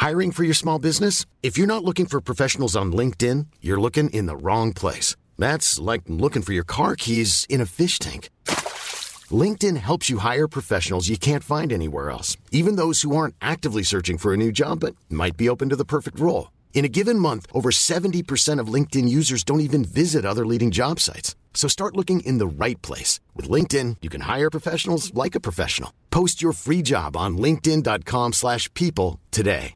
Hiring for your small business? If you're not looking for professionals on LinkedIn, you're looking in the wrong place. That's like looking for your car keys in a fish tank. LinkedIn helps you hire professionals you can't find anywhere else, even those who aren't actively searching for a new job but might be open to the perfect role. In a given month, over 70% of LinkedIn users don't even visit other leading job sites. So start looking in the right place. With LinkedIn, you can hire professionals like a professional. Post your free job on linkedin.com/people today.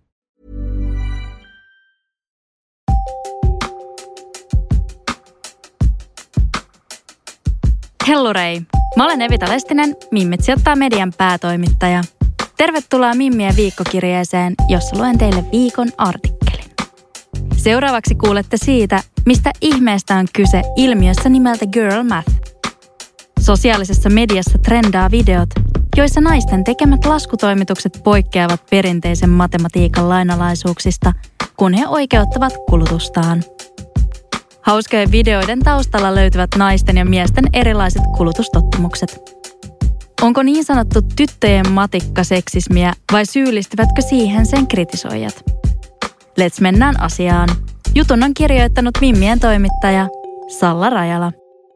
Hellurei! Mä olen Evita Lestinen, Mimmit sijoittaa median päätoimittaja. Tervetuloa Mimmien viikkokirjeeseen, jossa luen teille viikon artikkelin. Seuraavaksi kuulette siitä, mistä ihmeestä on kyse ilmiössä nimeltä Girl Math. Sosiaalisessa mediassa trendaa videot, joissa naisten tekemät laskutoimitukset poikkeavat perinteisen matematiikan lainalaisuuksista, kun he oikeuttavat kulutustaan. Hauskojen videoiden taustalla löytyvät naisten ja miesten erilaiset kulutustottumukset. Onko niin sanottu tyttöjen matikka seksismiä vai syyllistyvätkö siihen sen kritisoijat? Let's mennään asiaan. Jutun on kirjoittanut Mimmien toimittaja Salla Rajala.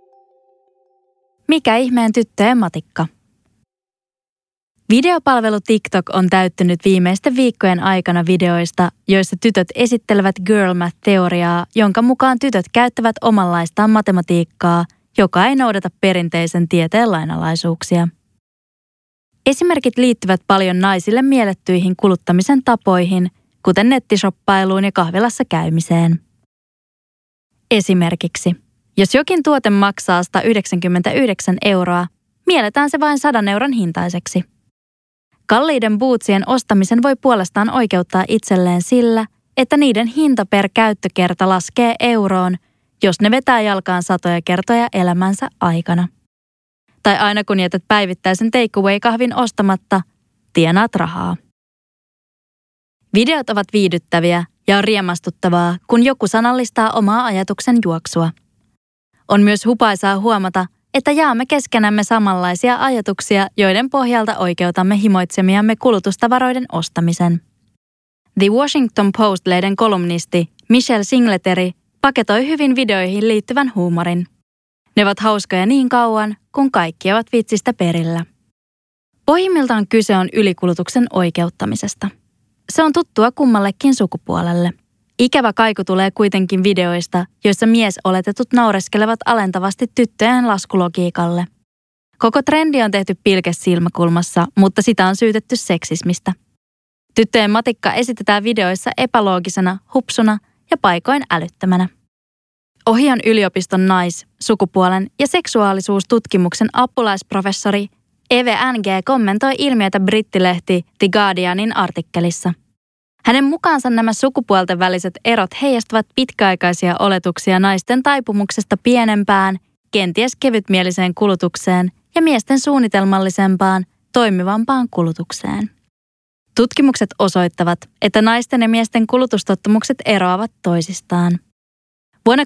Mikä ihmeen tyttöjen matikka? Videopalvelu TikTok on täyttynyt viimeisten viikkojen aikana videoista, joissa tytöt esittelevät Girl Math-teoriaa, jonka mukaan tytöt käyttävät omanlaistaan matematiikkaa, joka ei noudata perinteisen tieteen lainalaisuuksia. Esimerkit liittyvät paljon naisille miellettyihin kuluttamisen tapoihin, kuten nettishoppailuun ja kahvilassa käymiseen. Esimerkiksi, jos jokin tuote maksaa 199 €, mielletään se vain 100 € hintaiseksi. Kalliiden bootsien ostamisen voi puolestaan oikeuttaa itselleen sillä, että niiden hinta per käyttökerta laskee euroon, jos ne vetää jalkaan satoja kertoja elämänsä aikana. Tai aina kun jätät päivittäisen takeaway-kahvin ostamatta, tienaat rahaa. Videot ovat viihdyttäviä ja on riemastuttavaa, kun joku sanallistaa omaa ajatuksen juoksua. On myös hupaisaa huomata, että jaamme keskenämme samanlaisia ajatuksia, joiden pohjalta oikeutamme himoitsemiamme kulutustavaroiden ostamisen. The Washington Post-lehden kolumnisti Michelle Singletary paketoi hyvin videoihin liittyvän huumorin. Ne ovat hauskoja niin kauan, kun kaikki ovat vitsistä perillä. Pohjimmiltaan kyse on ylikulutuksen oikeuttamisesta. Se on tuttua kummallekin sukupuolelle. Ikävä kaiku tulee kuitenkin videoista, joissa miesoletetut naureskelevat alentavasti tyttöjen laskulogiikalle. Koko trendi on tehty pilkesilmäkulmassa, mutta sitä on syytetty seksismistä. Tyttöjen matikka esitetään videoissa epäloogisena, hupsuna ja paikoin älyttömänä. Ohion yliopiston sukupuolen ja seksuaalisuustutkimuksen apulaisprofessori Eve Ng kommentoi ilmiötä brittilehti The Guardianin artikkelissa. Hänen mukaansa nämä sukupuolten väliset erot heijastavat pitkäaikaisia oletuksia naisten taipumuksesta pienempään, kenties kevytmieliseen kulutukseen ja miesten suunnitelmallisempaan, toimivampaan kulutukseen. Tutkimukset osoittavat, että naisten ja miesten kulutustottumukset eroavat toisistaan. Vuonna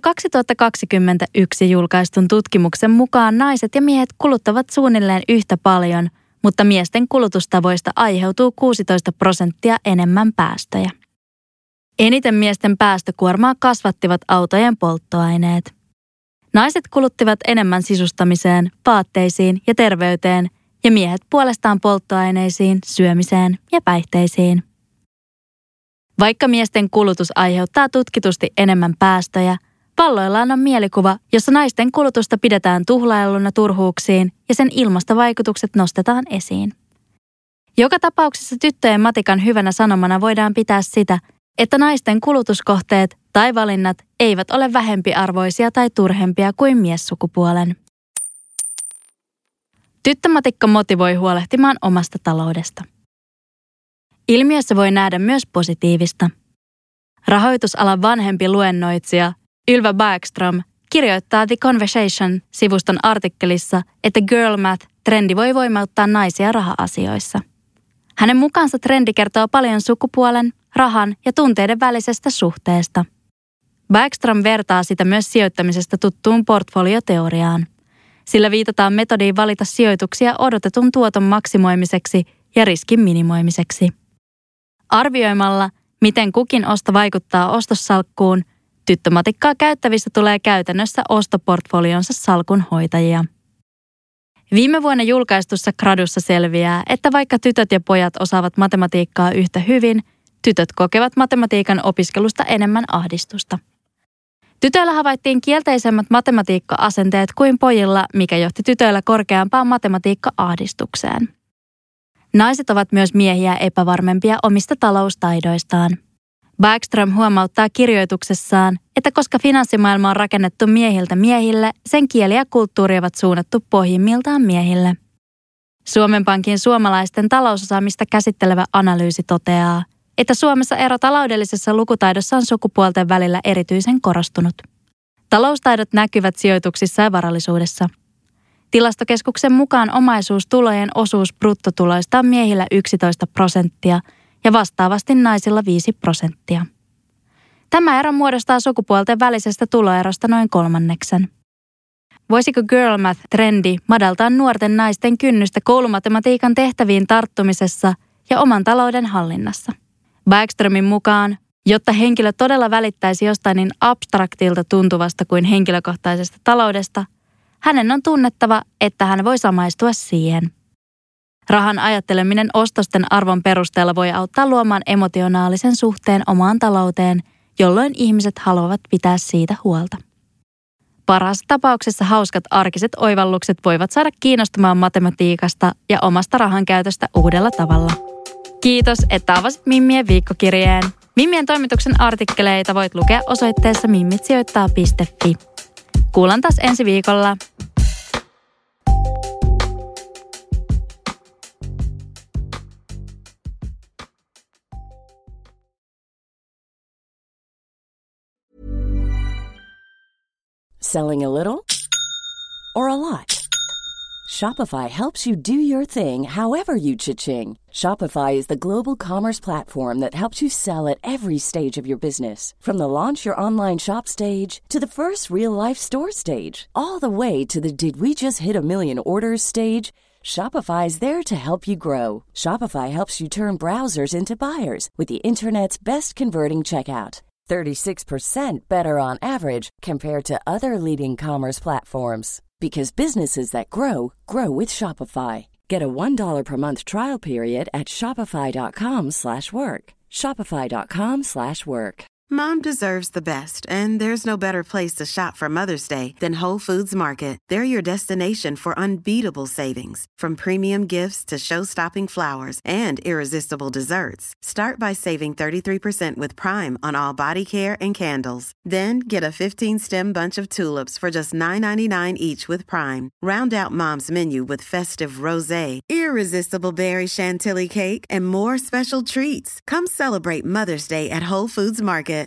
2021 julkaistun tutkimuksen mukaan naiset ja miehet kuluttavat suunnilleen yhtä paljon, mutta miesten kulutustavoista aiheutuu 16% enemmän päästöjä. Eniten miesten päästökuormaa kasvattivat autojen polttoaineet. Naiset kuluttivat enemmän sisustamiseen, vaatteisiin ja terveyteen, ja miehet puolestaan polttoaineisiin, syömiseen ja päihteisiin. Vaikka miesten kulutus aiheuttaa tutkitusti enemmän päästöjä, valloillaan on mielikuva, jossa naisten kulutusta pidetään tuhlailuna turhuuksiin ja sen ilmastovaikutukset nostetaan esiin. Joka tapauksessa tyttöjen matikan hyvänä sanomana voidaan pitää sitä, että naisten kulutuskohteet tai valinnat eivät ole vähempiarvoisia tai turhempia kuin miessukupuolen. Tyttömatikka motivoi huolehtimaan omasta taloudesta. Ilmiössä voi nähdä myös positiivista. Rahoitusalan vanhempi luennoitsija Ylva Bergström kirjoittaa The Conversation-sivuston artikkelissa, että Girl Math-trendi voi voimauttaa naisia raha-asioissa. Hänen mukaansa trendi kertoo paljon sukupuolen, rahan ja tunteiden välisestä suhteesta. Bergström vertaa sitä myös sijoittamisesta tuttuun portfolioteoriaan. Sillä viitataan metodiin valita sijoituksia odotetun tuoton maksimoimiseksi ja riskin minimoimiseksi. Arvioimalla, Miten kukin osto vaikuttaa ostossalkkuun, tyttömatikkaa käyttävistä tulee käytännössä ostoportfolionsa salkun hoitajia. Viime vuonna julkaistussa gradussa selviää, että vaikka tytöt ja pojat osaavat matematiikkaa yhtä hyvin, tytöt kokevat matematiikan opiskelusta enemmän ahdistusta. Tytöillä havaittiin kielteisemmät matematiikka-asenteet kuin pojilla, mikä johti tytöillä korkeampaan matematiikka-ahdistukseen. Naiset ovat myös miehiä epävarmempia omista taloustaidoistaan. Backström huomauttaa kirjoituksessaan, että koska finanssimaailma on rakennettu miehiltä miehille, sen kieli ja kulttuuri ovat suunnattu pohjimmiltaan miehille. Suomen Pankin suomalaisten talousosaamista käsittelevä analyysi toteaa, että Suomessa ero taloudellisessa lukutaidossa on sukupuolten välillä erityisen korostunut. Taloustaidot näkyvät sijoituksissa ja varallisuudessa. Tilastokeskuksen mukaan omaisuustulojen osuus bruttotuloista on miehillä 11% ja vastaavasti naisilla 5%. Tämä ero muodostaa sukupuolten välisestä tuloerosta noin 1/3. Voisiko girl math-trendi madaltaa nuorten naisten kynnystä koulumatematiikan tehtäviin tarttumisessa ja oman talouden hallinnassa? Backströmin mukaan, jotta henkilö todella välittäisi jostain niin abstraktilta tuntuvasta kuin henkilökohtaisesta taloudesta, hänen on tunnettava, että hän voi samaistua siihen. Rahan ajatteleminen ostosten arvon perusteella voi auttaa luomaan emotionaalisen suhteen omaan talouteen, jolloin ihmiset haluavat pitää siitä huolta. Parhaassa tapauksessa hauskat arkiset oivallukset voivat saada kiinnostumaan matematiikasta ja omasta rahankäytöstä uudella tavalla. Kiitos, että avasit Mimmien viikkokirjeen. Mimmien toimituksen artikkeleita voit lukea osoitteessa mimmitsijoittaa.fi. Kuulan taas ensi viikolla. Selling a little or a lot? Shopify helps you do your thing however you cha-ching. Shopify is the global commerce platform that helps you sell at every stage of your business. From the launch your online shop stage to the first real-life store stage, all the way to the did we just hit a million orders stage. Shopify is there to help you grow. Shopify helps you turn browsers into buyers with the internet's best converting checkout. 36% better on average compared to other leading commerce platforms. Because businesses that grow, grow with Shopify. Get a $1 per month trial period at shopify.com/work. Shopify.com/work. Mom deserves the best, and there's no better place to shop for Mother's Day than Whole Foods Market. They're your destination for unbeatable savings, from premium gifts to show-stopping flowers and irresistible desserts. Start by saving 33% with Prime on all body care and candles. Then get a 15-stem bunch of tulips for just $9.99 each with Prime. Round out Mom's menu with festive rosé, irresistible berry chantilly cake, and more special treats. Come celebrate Mother's Day at Whole Foods Market.